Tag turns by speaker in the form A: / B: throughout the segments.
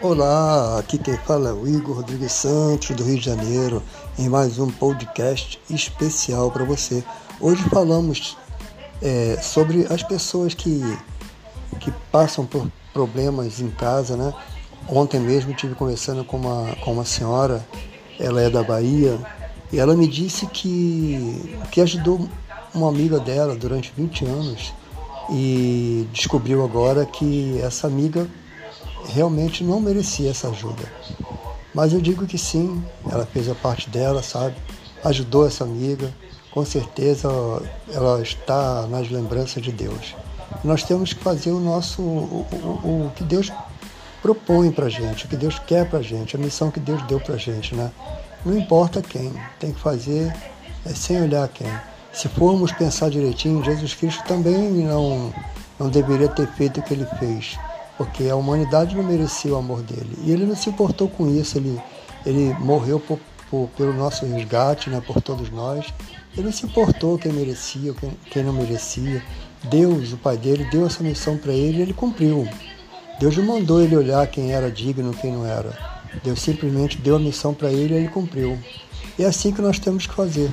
A: Olá, aqui quem fala é o Igor Rodrigues Santos, do Rio de Janeiro, em mais um podcast especial para você. Hoje falamos sobre as pessoas que passam por problemas em casa, né? Ontem mesmo estive conversando com uma senhora, ela é da Bahia, e ela me disse que ajudou uma amiga dela durante 20 anos e descobriu agora que essa amiga realmente não merecia essa ajuda. Mas eu digo que sim, ela fez a parte dela, sabe? Ajudou essa amiga, com certeza ela está nas lembranças de Deus. Nós temos que fazer o que Deus propõe para a gente, o que Deus quer para a gente, a missão que Deus deu para a gente, né? Não importa quem, tem que fazer sem olhar quem. Se formos pensar direitinho, Jesus Cristo também não deveria ter feito o que ele fez, porque a humanidade não merecia o amor dele. E ele não se importou com isso, ele morreu pelo nosso resgate, né, por todos nós. Ele não se importou quem merecia, quem não merecia. Deus, o Pai dele, deu essa missão para ele e ele cumpriu. Deus não mandou ele olhar quem era digno e quem não era. Deus simplesmente deu a missão para ele e ele cumpriu. E é assim que nós temos que fazer.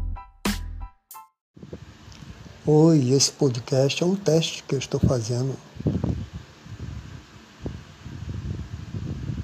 A: Oi, esse podcast é um teste que eu estou fazendo